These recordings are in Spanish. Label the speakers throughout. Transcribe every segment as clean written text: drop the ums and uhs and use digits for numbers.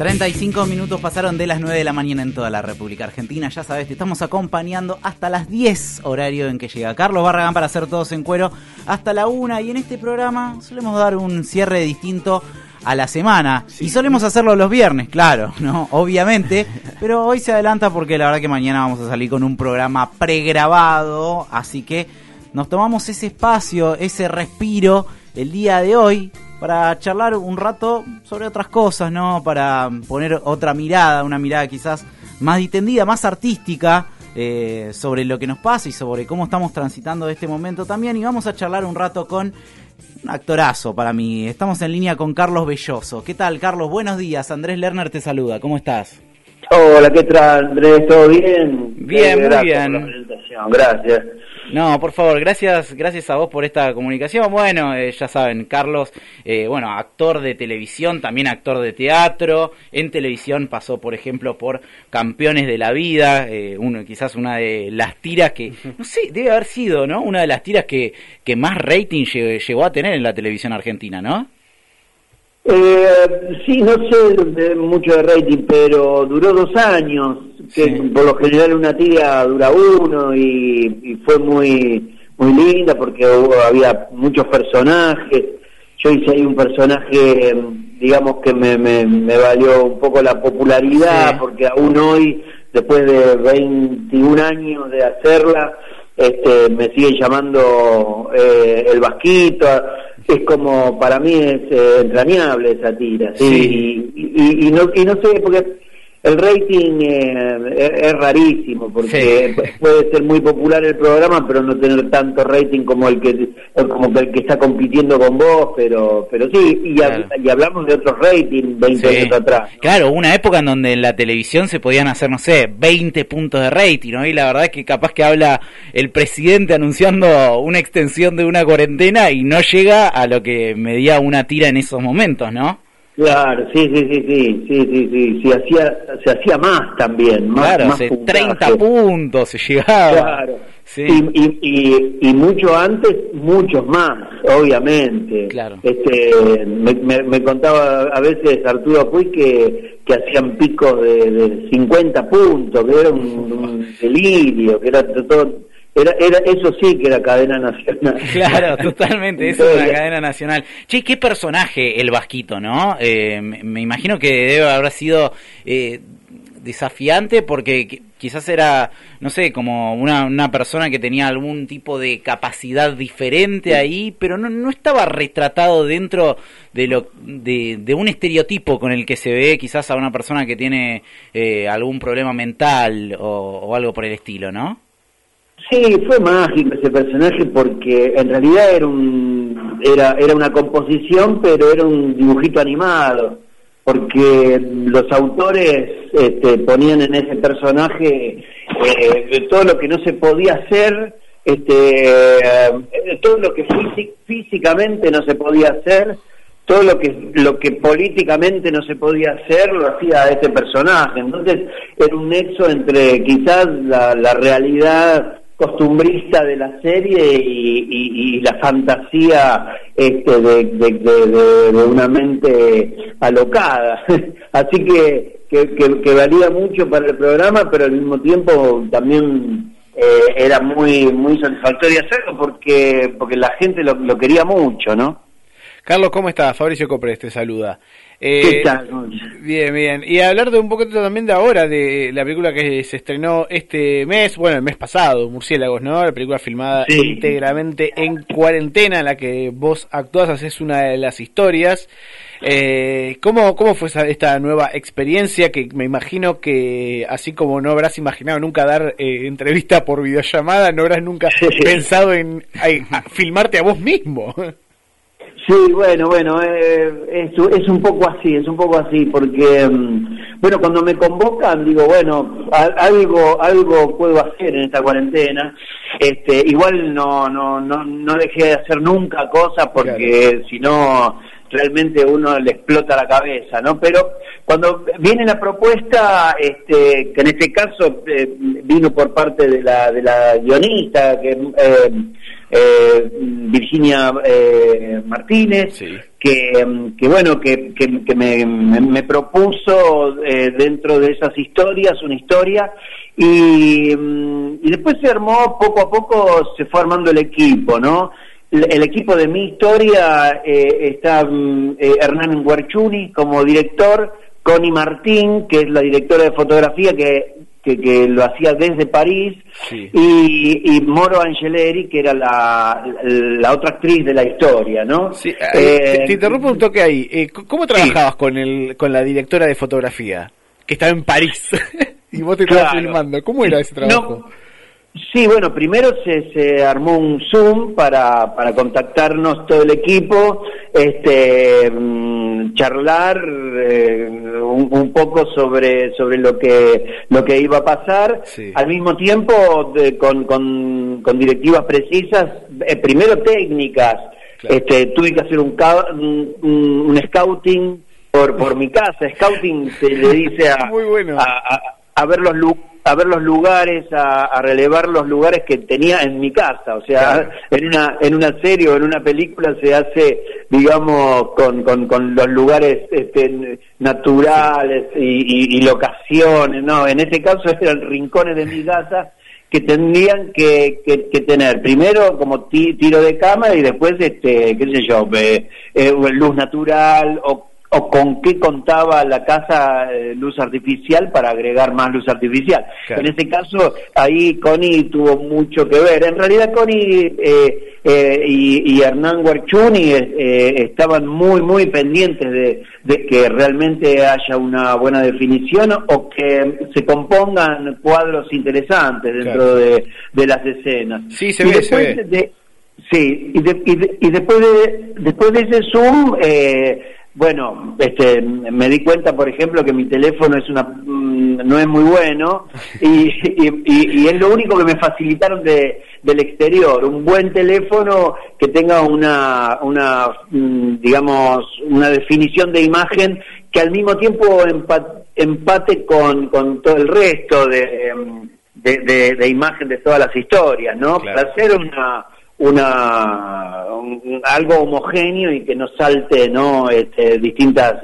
Speaker 1: 35 minutos pasaron de las 9 de la mañana en toda la República Argentina. Ya sabes, te estamos acompañando hasta las 10, horario en que llega Carlos Barragán para hacer Todos en Cuero, hasta la 1. Y en este programa solemos dar un cierre distinto a la semana. Sí. Y solemos hacerlo los viernes, claro, ¿no? Obviamente. Pero hoy se adelanta porque la verdad que mañana vamos a salir con un programa pregrabado. Así que nos tomamos ese espacio, ese respiro el día de hoy para charlar un rato sobre otras cosas, ¿no? Para poner otra mirada, una mirada quizás más distendida, más artística, sobre lo que nos pasa y sobre cómo estamos transitando este momento también. Y vamos a charlar un rato con un actorazo para mí. Estamos en línea con Carlos Belloso. ¿Qué tal, Carlos? Buenos días. Andrés Lerner te saluda. ¿Cómo estás?
Speaker 2: Hola, ¿qué tal, Andrés? ¿Todo bien?
Speaker 1: Bien, muy bien.
Speaker 2: Por la presentación. Gracias.
Speaker 1: No, por favor, gracias a vos por esta comunicación. Bueno, ya saben, Carlos, actor de televisión, también actor de teatro. En televisión pasó, por ejemplo, por Campeones de la Vida, quizás una de las tiras que, no sé, debe haber sido, ¿no? Una de las tiras que más rating llegó a tener en la televisión argentina, ¿no?
Speaker 2: Sí, no sé mucho de rating, pero duró 2 años, que sí. Por lo general una tira dura 1 y fue muy linda porque había muchos personajes. Yo hice ahí un personaje, digamos que me valió un poco la popularidad, sí. Porque aún hoy, después de 21 años de hacerla, me siguen llamando el Vasquito. Es como, para mí es entrañable esa tira, ¿sí? Y no sé, porque el rating es rarísimo, porque sí. Puede ser muy popular el programa, pero no tener tanto rating como el que está compitiendo con vos, pero sí, claro. Y hablamos de otros ratings 20 años atrás, ¿no?
Speaker 1: Claro, una época en donde en la televisión se podían hacer, no sé, 20 puntos de rating, ¿no? Y la verdad es que capaz que habla el presidente anunciando una extensión de una cuarentena y no llega a lo que medía una tira en esos momentos, ¿no?
Speaker 2: Claro, sí, se hacía más también,
Speaker 1: claro,
Speaker 2: más
Speaker 1: 30 puntos se llegaba.
Speaker 2: Claro, sí. Y mucho antes, muchos más, obviamente.
Speaker 1: Claro.
Speaker 2: Me contaba a veces Arturo Puig que hacían picos de 50 puntos, que era un delirio, que era todo. Era eso sí que era cadena nacional.
Speaker 1: Claro, totalmente, eso es una cadena nacional. Che, qué personaje el Vasquito, ¿no? Me imagino que debe haber sido desafiante porque quizás era, no sé, como una persona que tenía algún tipo de capacidad diferente ahí, pero no estaba retratado dentro de un estereotipo con el que se ve quizás a una persona que tiene algún problema mental o algo por el estilo, ¿no?
Speaker 2: Sí, fue mágico ese personaje porque en realidad era una composición, pero era un dibujito animado, porque los autores ponían en ese personaje todo lo que no se podía hacer, todo lo que físicamente no se podía hacer, todo lo que políticamente no se podía hacer lo hacía ese personaje. Entonces era un nexo entre quizás la realidad costumbrista de la serie y la fantasía de una mente alocada. Así que valía mucho para el programa, pero al mismo tiempo también era muy satisfactorio hacerlo porque la gente lo quería mucho, ¿no?
Speaker 3: Carlos, ¿cómo estás? Fabricio Copres te saluda.
Speaker 2: ¿Qué tal?
Speaker 3: Bien. Y hablar de un poquito también de ahora, de la película que se estrenó este mes, el mes pasado, Murciélagos, ¿no? La película filmada íntegramente en cuarentena, en la que vos actuás, haces una de las historias. ¿Cómo fue esta nueva experiencia? Que me imagino que, así como no habrás imaginado nunca dar entrevista por videollamada, no habrás nunca pensado en filmarte a vos mismo.
Speaker 2: Sí, bueno, es un poco así, porque, cuando me convocan, digo, algo puedo hacer en esta cuarentena. Igual no dejé de hacer nunca cosas, porque claro. Si no, realmente uno le explota la cabeza, ¿no? Pero cuando viene la propuesta, que en este caso vino por parte de la guionista, que Virginia Martínez,
Speaker 3: sí,
Speaker 2: que bueno, que me propuso dentro de esas historias una historia, y después se armó, poco a poco se fue armando el equipo, ¿no? El equipo de mi historia está Hernán Guarchuni como director, Connie Martín, que es la directora de fotografía que lo hacía desde París,
Speaker 3: sí,
Speaker 2: y Moro Angeleri, que era la otra actriz de la historia, ¿no?
Speaker 3: Sí, te interrumpo un toque ahí. ¿Cómo trabajabas con la directora de fotografía, que estaba en París, y vos te estabas filmando? ¿Cómo era ese trabajo?
Speaker 2: No, sí, bueno, primero se armó un Zoom para contactarnos todo el equipo, charlar un poco sobre lo que iba a pasar, sí. Al mismo tiempo con directivas precisas, primero técnicas, claro. Tuve que hacer un scouting por mi casa. Scouting se le dice
Speaker 3: muy bueno.
Speaker 2: a ver los lugares, a relevar los lugares que tenía en mi casa, o sea, claro. en una serie o en una película se hace, digamos, con los lugares naturales, sí. y locaciones, no, en este caso eran rincones de mi casa que tendrían que tener primero como tiro de cámara y después, qué sé yo, luz natural o con qué contaba la casa luz artificial para agregar más luz artificial. Claro. En ese caso, ahí Connie tuvo mucho que ver. En realidad Connie y Hernán Guarchuni estaban muy pendientes de que realmente haya una buena definición o que se compongan cuadros interesantes dentro, claro. de las escenas.
Speaker 3: Sí, se ve.
Speaker 2: Sí, y después de ese Zoom... bueno, me di cuenta, por ejemplo, que mi teléfono no es muy bueno y es lo único que me facilitaron del exterior, un buen teléfono que tenga digamos, una definición de imagen que al mismo tiempo empate con todo el resto de imagen de todas las historias, ¿no? Claro. Para hacer algo homogéneo y que no salte, ¿no? Distintas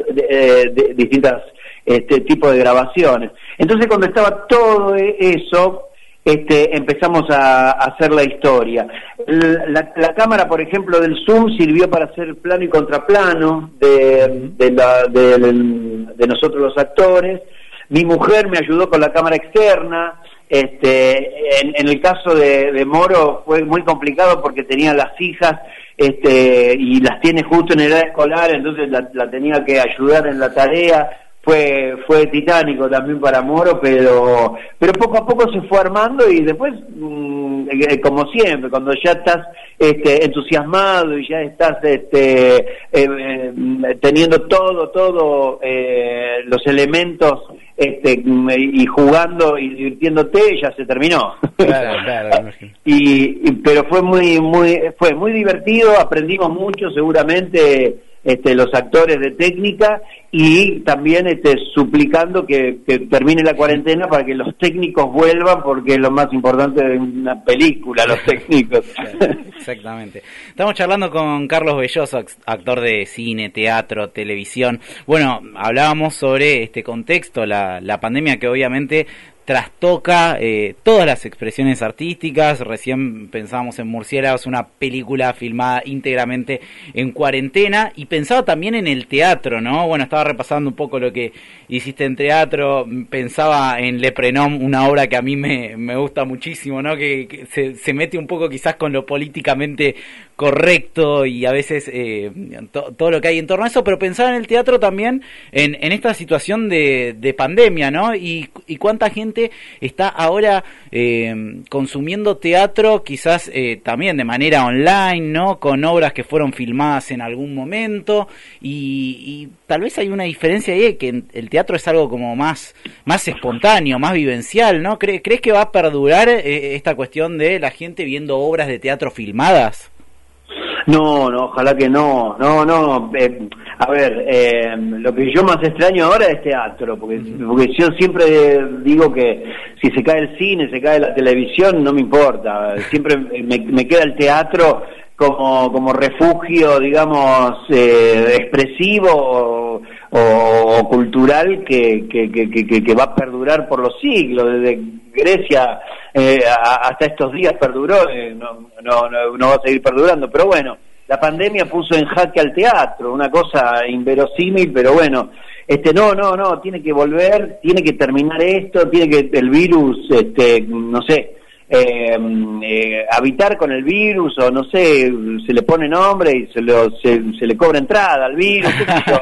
Speaker 2: tipos de grabaciones. Entonces, cuando estaba todo eso, empezamos a hacer la historia. La cámara, por ejemplo, del Zoom sirvió para hacer plano y contraplano de nosotros los actores. Mi mujer me ayudó con la cámara externa. En el caso de Moro fue muy complicado porque tenía las hijas y las tiene justo en edad escolar, entonces la tenía que ayudar en la tarea. Fue titánico también para Moro, pero poco a poco se fue armando y después, como siempre, cuando ya estás entusiasmado y ya estás teniendo todo los elementos y jugando y divirtiéndote, ya se terminó. Claro, pero fue muy divertido, aprendimos mucho seguramente los actores de técnica y también suplicando que termine la cuarentena para que los técnicos vuelvan, porque es lo más importante de una película, los técnicos.
Speaker 1: Exactamente. Estamos charlando con Carlos Belloso, actor de cine, teatro, televisión. Bueno, hablábamos sobre este contexto, la pandemia que obviamente trastoca todas las expresiones artísticas. Recién pensábamos en Murciélagos, una película filmada íntegramente en cuarentena, y pensaba también en el teatro, ¿no? Bueno, estaba repasando un poco lo que hiciste en teatro, pensaba en Le Prénom, una obra que a mí me gusta muchísimo, ¿no? Que se mete un poco quizás con lo políticamente correcto y a veces todo lo que hay en torno a eso, pero pensaba en el teatro también en esta situación de pandemia, ¿no? Y cuánta gente está ahora consumiendo teatro, quizás también de manera online, ¿no? Con obras que fueron filmadas en algún momento, y tal vez hay una diferencia ahí, que el teatro es algo como más espontáneo, más vivencial, ¿no? ¿Crees que va a perdurar esta cuestión de la gente viendo obras de teatro filmadas?
Speaker 2: No, ojalá que no. A ver, lo que yo más extraño ahora es teatro, porque yo siempre digo que si se cae el cine, se cae la televisión, no me importa. Siempre me queda el teatro como refugio, digamos, expresivo o cultural que va a perdurar por los siglos, desde Grecia hasta estos días perduró, no va a seguir perdurando, pero bueno, la pandemia puso en jaque al teatro, una cosa inverosímil, pero bueno, no, tiene que volver, tiene que terminar esto, tiene que el virus, no sé, habitar con el virus, o no sé, se le pone nombre y se le cobra entrada al virus,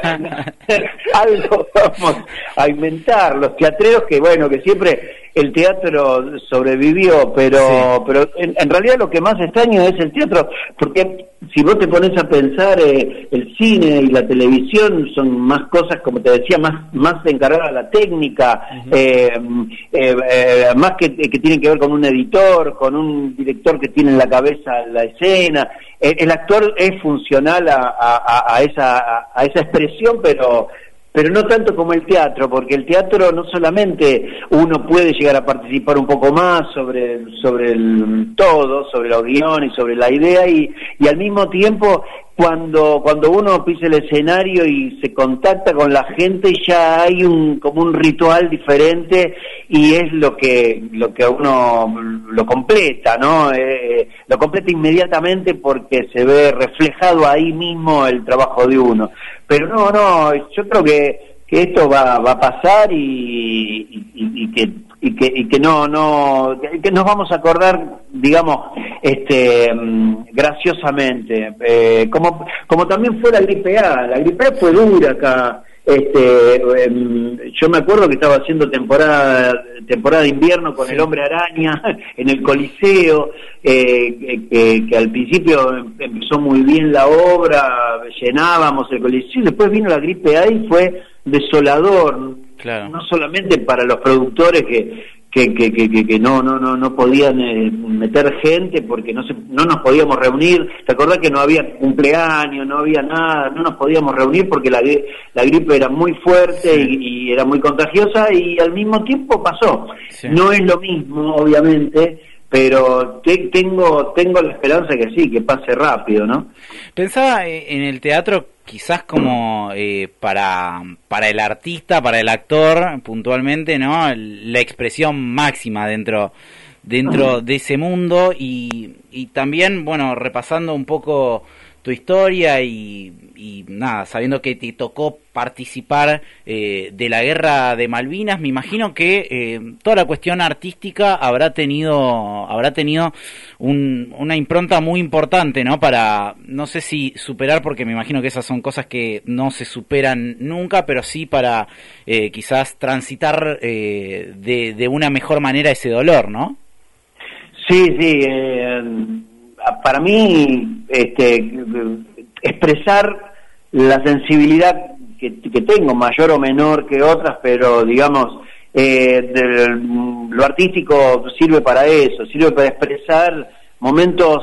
Speaker 2: algo vamos a inventar, los teatreros que bueno, que siempre el teatro sobrevivió, pero en realidad lo que más extraño es el teatro, porque si vos te pones a pensar, el cine y la televisión son más cosas, como te decía, más encargadas a la técnica, más que tienen que ver con un editor, con un director que tiene en la cabeza la escena. El actor es funcional a esa expresión, pero no tanto como el teatro, porque el teatro no solamente uno puede llegar a participar un poco más sobre el todo, sobre los guiones y sobre la idea, y al mismo tiempo cuando uno pisa el escenario y se contacta con la gente, ya hay como un ritual diferente, y es lo que a uno lo completa, ¿no? Lo completa inmediatamente porque se ve reflejado ahí mismo el trabajo de uno. Pero no, yo creo que esto va a pasar y que nos vamos a acordar, digamos, graciosamente, como también fue la gripe A. La gripe A fue dura acá. Yo me acuerdo que estaba haciendo temporada de invierno con El Hombre Araña en el Coliseo, que al principio empezó muy bien la obra, llenábamos el Coliseo, después vino la gripe A y fue desolador, claro. No solamente para los productores que no podían meter gente porque no nos podíamos reunir. ¿Te acordás que no había cumpleaños, no había nada, no nos podíamos reunir porque la gripe era muy fuerte, sí, y era muy contagiosa, y al mismo tiempo pasó? Sí. No es lo mismo, obviamente, pero tengo la esperanza que sí, que pase rápido, ¿no?
Speaker 1: Pensaba en el teatro quizás como para el artista, para el actor puntualmente, ¿no? La expresión máxima dentro de ese mundo, y también, bueno, repasando un poco tu historia y nada, sabiendo que te tocó participar de la guerra de Malvinas, me imagino que toda la cuestión artística habrá tenido una impronta muy importante, ¿no? Para, no sé si superar, porque me imagino que esas son cosas que no se superan nunca, pero sí para quizás transitar de una mejor manera ese dolor, ¿no?
Speaker 2: Sí, para mí, expresar la sensibilidad que tengo, mayor o menor que otras, pero digamos, lo artístico sirve para eso, sirve para expresar momentos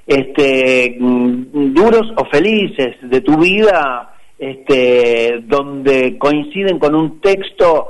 Speaker 2: duros o felices de tu vida, donde coinciden con un texto,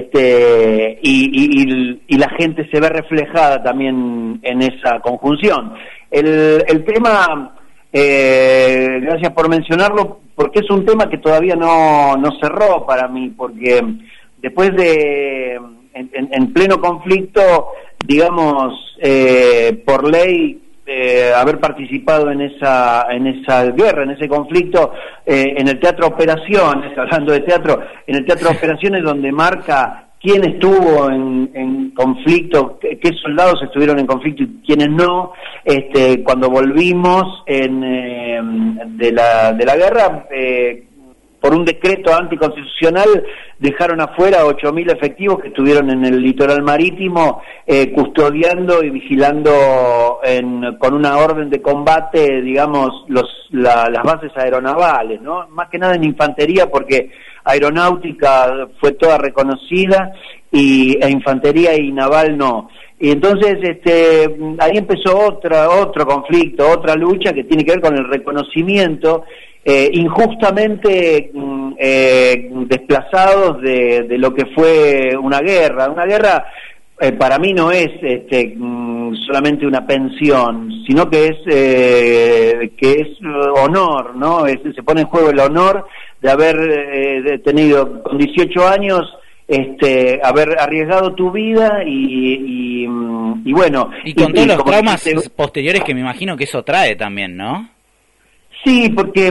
Speaker 2: y la gente se ve reflejada también en esa conjunción. El tema, gracias por mencionarlo, porque es un tema que todavía no cerró para mí, porque después de, en pleno conflicto, digamos, por ley, haber participado en esa guerra, en ese conflicto, en el Teatro Operaciones, hablando de teatro, en el Teatro Operaciones, donde marca quién estuvo en conflicto, qué soldados estuvieron en conflicto y quiénes no. Cuando volvimos de la guerra, por un decreto anticonstitucional, dejaron afuera 8.000 efectivos que estuvieron en el litoral marítimo, custodiando y vigilando con una orden de combate, digamos, las bases aeronavales, ¿no? Más que nada en infantería, porque aeronáutica fue toda reconocida, e infantería y naval no. Y entonces ahí empezó otro conflicto, otra lucha que tiene que ver con el reconocimiento injustamente desplazados de lo que fue una guerra. Una guerra para mí no es solamente una pensión, sino que es honor, ¿no? Se pone en juego el honor de haber tenido con 18 años haber arriesgado tu vida y bueno,
Speaker 1: y con todos los traumas posteriores que me imagino que eso trae también, ¿no?
Speaker 2: Sí, porque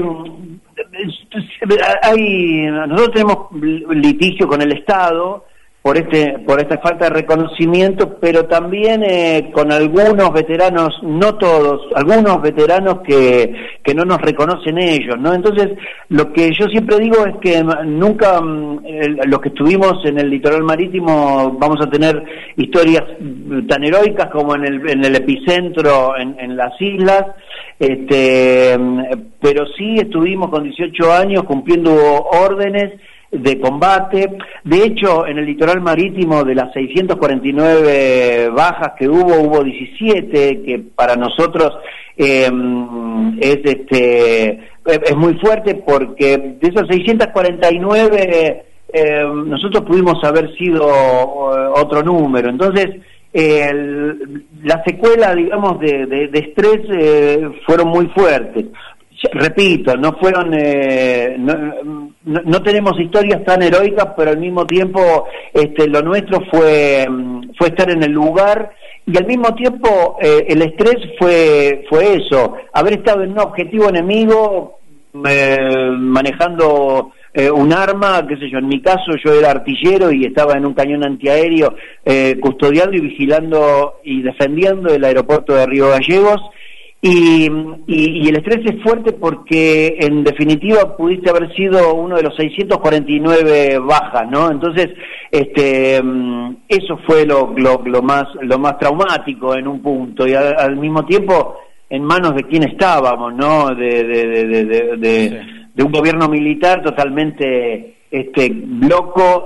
Speaker 2: nosotros tenemos litigio con el Estado por esta falta de reconocimiento, pero también con algunos veteranos, no todos, algunos veteranos que no nos reconocen ellos, ¿no? Entonces, lo que yo siempre digo es que nunca los que estuvimos en el litoral marítimo vamos a tener historias tan heroicas como en el epicentro en las islas, pero sí estuvimos con 18 años cumpliendo órdenes de combate. De hecho, en el litoral marítimo, de las 649 bajas que hubo 17, que para nosotros es muy fuerte, porque de esas 649 nosotros pudimos haber sido otro número. Entonces, la secuela, digamos, de estrés fueron muy fuertes. Repito, no fueron, no tenemos historias tan heroicas, pero al mismo tiempo lo nuestro fue estar en el lugar, y al mismo tiempo el estrés fue eso, haber estado en un objetivo enemigo, manejando un arma, qué sé yo, en mi caso yo era artillero y estaba en un cañón antiaéreo custodiando y vigilando y defendiendo el aeropuerto de Río Gallegos. Y el estrés es fuerte porque en definitiva pudiste haber sido uno de los 649 bajas, ¿no? Entonces, eso fue lo más traumático en un punto, y al mismo tiempo en manos de quién estábamos, ¿no? De un gobierno militar totalmente loco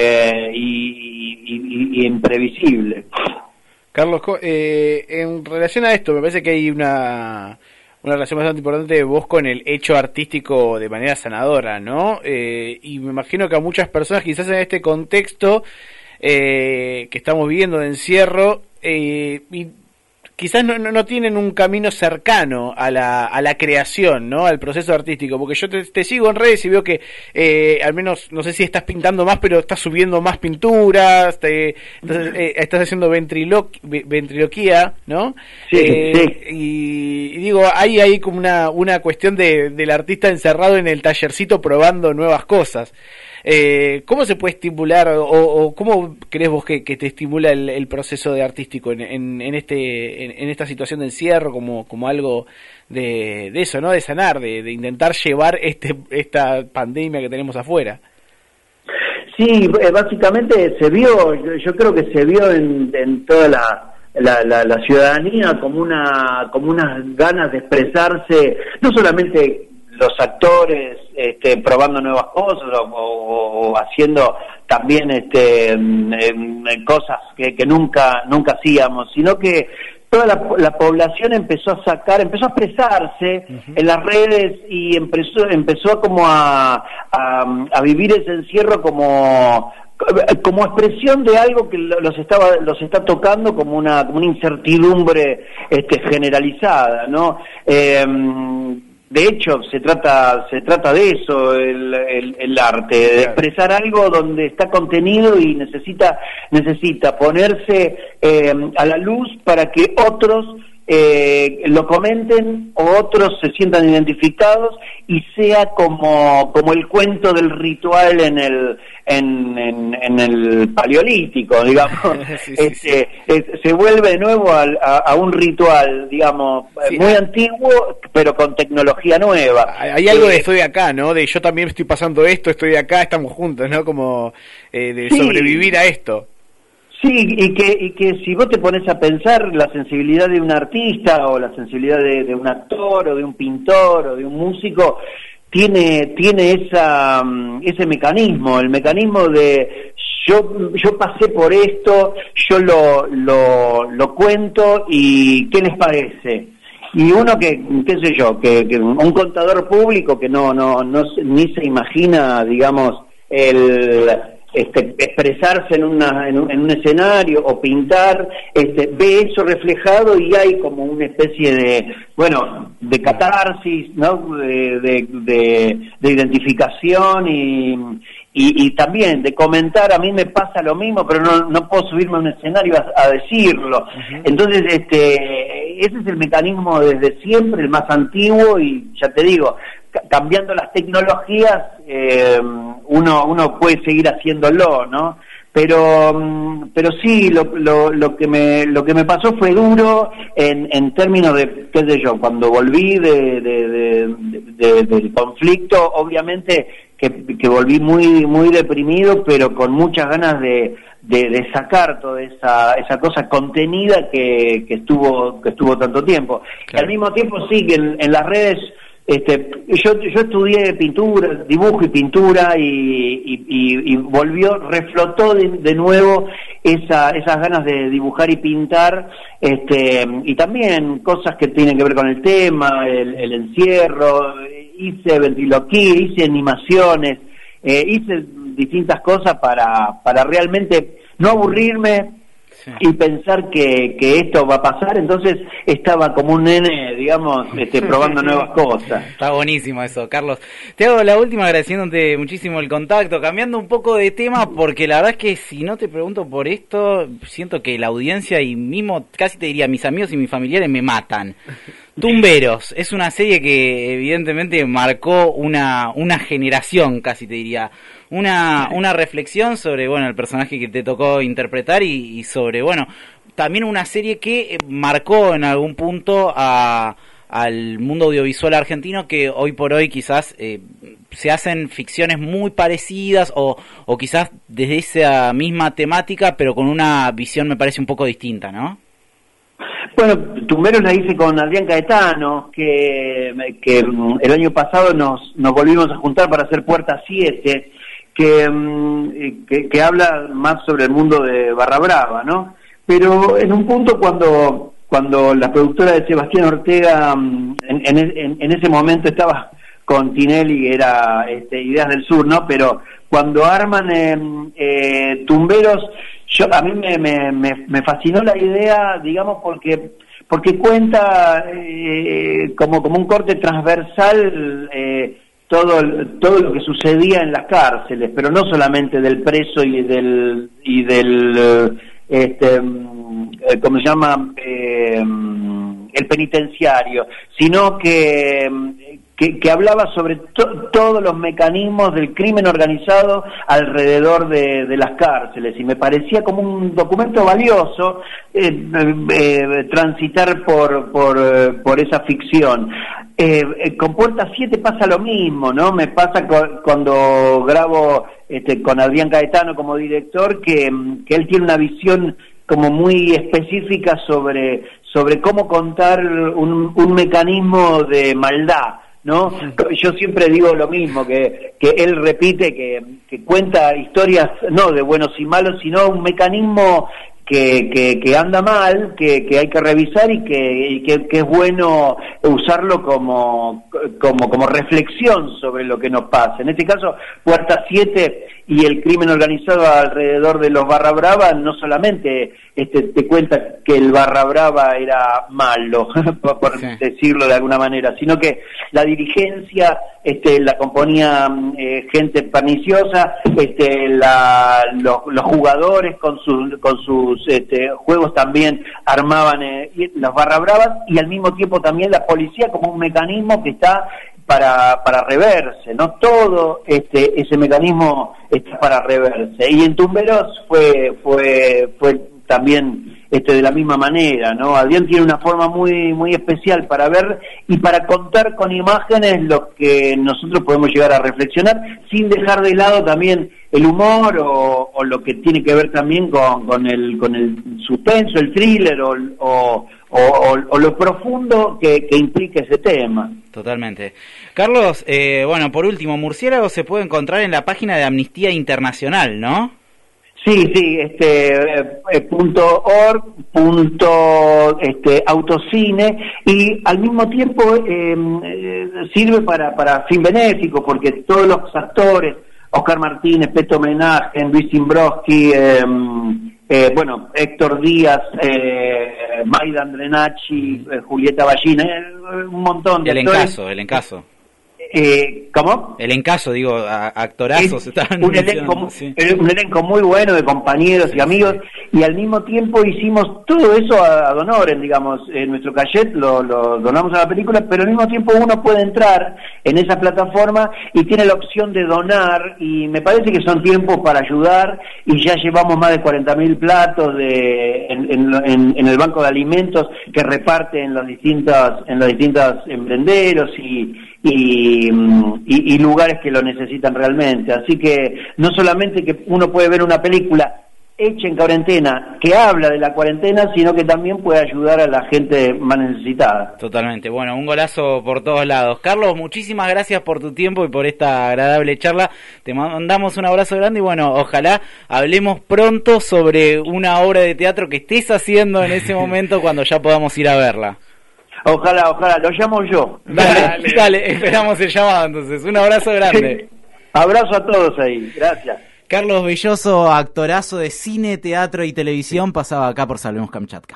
Speaker 2: y imprevisible.
Speaker 3: Carlos, en relación a esto, me parece que hay una relación bastante importante de vos con el hecho artístico de manera sanadora, ¿no? Y me imagino que a muchas personas, quizás en este contexto que estamos viviendo de encierro, y quizás no tienen un camino cercano a la creación, ¿no? Al proceso artístico, porque yo te sigo en redes y veo que al menos, no sé si estás pintando más, pero estás subiendo más pinturas, estás haciendo ventriloquía, ¿no?
Speaker 2: Sí, sí.
Speaker 3: Y digo, hay ahí como una cuestión del artista encerrado en el tallercito probando nuevas cosas. ¿Cómo se puede estimular o cómo crees vos que te estimula el proceso de artístico en esta situación de encierro como algo de eso, ¿no? De sanar, de intentar llevar esta pandemia que tenemos afuera.
Speaker 2: Sí, básicamente se vio, yo creo que se vio en toda la ciudadanía como unas ganas de expresarse, no solamente los actores probando nuevas cosas o haciendo también cosas que nunca hacíamos, sino que toda la población empezó a expresarse en las redes y empezó como a vivir ese encierro como expresión de algo que los está tocando, como una incertidumbre generalizada, ¿no? De hecho, se trata de eso, el arte, de expresar algo donde está contenido y necesita ponerse a la luz para que otros lo comenten o otros se sientan identificados y sea como el cuento del ritual en el paleolítico, digamos. Sí. Se vuelve de nuevo a un ritual, digamos, sí, muy antiguo, pero con tecnología nueva.
Speaker 3: Hay algo de estoy acá, ¿no? De yo también estoy pasando esto, estoy acá, estamos juntos, ¿no? Como de sobrevivir a esto.
Speaker 2: Sí, y que si vos te pones a pensar, la sensibilidad de un artista o la sensibilidad de un actor o de un pintor o de un músico tiene ese mecanismo, el mecanismo de yo pasé por esto, yo lo cuento y ¿qué les parece? Y uno que, qué sé yo, que un contador público que no ni se imagina, digamos, expresarse en un escenario o pintar, ve eso reflejado y hay como una especie de catarsis, ¿no? De identificación y también de comentar. A mí me pasa lo mismo, pero no puedo subirme a un escenario a decirlo. Uh-huh. Entonces, ese es el mecanismo desde siempre, el más antiguo, y ya te digo, cambiando las tecnologías, uno puede seguir haciéndolo, ¿no? Pero sí, lo que me pasó fue duro en términos de, qué sé yo, cuando volví del conflicto, obviamente que volví muy deprimido, pero con muchas ganas de sacar toda esa cosa contenida que estuvo tanto tiempo. Claro. Y al mismo tiempo sí, que en las redes, yo estudié pintura, dibujo y pintura, y reflotó de nuevo esas ganas de dibujar y pintar, y también cosas que tienen que ver con el tema, el encierro. Hice ventriloquía, hice animaciones, hice distintas cosas para realmente no aburrirme, sí, y pensar que esto va a pasar. Entonces estaba como un nene, digamos, probando nuevas cosas.
Speaker 1: Está buenísimo eso, Carlos. Te hago la última agradeciéndote muchísimo el contacto, cambiando un poco de tema, porque la verdad es que si no te pregunto por esto, siento que la audiencia y mismo, casi te diría, mis amigos y mis familiares me matan. Tumberos, es una serie que evidentemente marcó una generación, casi te diría, una reflexión sobre, bueno, el personaje que te tocó interpretar y sobre, bueno, también una serie que marcó en algún punto al mundo audiovisual argentino, que hoy por hoy quizás se hacen ficciones muy parecidas o quizás desde esa misma temática, pero con una visión, me parece, un poco distinta, ¿no?
Speaker 2: Bueno, Tumberos la hice con Adrián Caetano, que el año pasado nos volvimos a juntar para hacer Puerta 7, que habla más sobre el mundo de Barra Brava, ¿no? Pero en un punto cuando la productora de Sebastián Ortega en ese momento estaba con Tinelli, era Ideas del Sur, ¿no? Pero cuando arman Tumberos, a mí me fascinó la idea, digamos, porque cuenta como un corte transversal todo lo que sucedía en las cárceles, pero no solamente del preso y del ¿cómo se llama? El penitenciario, sino que hablaba sobre todos los mecanismos del crimen organizado alrededor de las cárceles, y me parecía como un documento valioso transitar por esa ficción. Con Puerta 7 pasa lo mismo, ¿no? Me pasa cuando grabo con Adrián Caetano como director, que él tiene una visión como muy específica sobre cómo contar un mecanismo de maldad, ¿no? Yo siempre digo lo mismo, que él repite que cuenta historias no de buenos y malos, sino un mecanismo que anda mal, que hay que revisar y que es bueno usarlo como reflexión sobre lo que nos pasa. En este caso, Puerta 7 y el crimen organizado alrededor de los Barra Brava no solamente te cuenta que el Barra Brava era malo, por sí, decirlo de alguna manera, sino que la dirigencia la componía gente perniciosa, los jugadores con sus juegos también armaban las Barra Bravas, y al mismo tiempo también la policía como un mecanismo que está para reverse, ¿no? Todo ese mecanismo está para reverse. Y en Tumberos fue también de la misma manera, ¿no? Adrián tiene una forma muy especial para ver y para contar con imágenes lo que nosotros podemos llegar a reflexionar, sin dejar de lado también el humor o lo que tiene que ver también con el suspenso, el thriller o lo profundo que implica ese tema.
Speaker 1: Totalmente. Carlos, bueno, por último, Murciélago se puede encontrar en la página de Amnistía Internacional, ¿no?
Speaker 2: Sí, .org.autocine, y al mismo tiempo sirve para fin benéfico, porque todos los actores, Oscar Martínez, Peto Homenaje, Luis Zimbroski, Héctor Díaz, Maida Andrenacci, Julieta Ballina, un montón de actores.
Speaker 1: El encaso.
Speaker 2: ¿Cómo?
Speaker 1: El encaso, digo, actorazos.
Speaker 2: Un elenco muy bueno de compañeros y amigos, y al mismo tiempo hicimos todo eso ad honorem, digamos, nuestro cachet lo donamos a la película, pero al mismo tiempo uno puede entrar en esa plataforma y tiene la opción de donar, y me parece que son tiempos para ayudar, y ya llevamos más de 40.000 platos en el banco de alimentos que reparte en los distintos emprenderos y lugares que lo necesitan realmente. Así que no solamente que uno puede ver una película hecha en cuarentena que habla de la cuarentena, sino que también puede ayudar a la gente más necesitada.
Speaker 1: Totalmente. Bueno, un golazo por todos lados. Carlos, muchísimas gracias por tu tiempo y por esta agradable charla. Te mandamos un abrazo grande y bueno, ojalá hablemos pronto sobre una obra de teatro que estés haciendo en ese momento cuando ya podamos ir a verla.
Speaker 2: Ojalá, lo llamo yo.
Speaker 1: Dale, esperamos el llamado entonces. Un abrazo grande.
Speaker 2: Abrazo a todos ahí, gracias.
Speaker 1: Carlos Belloso, actorazo de cine, teatro y televisión, pasaba acá por Salvemos Kamchatka.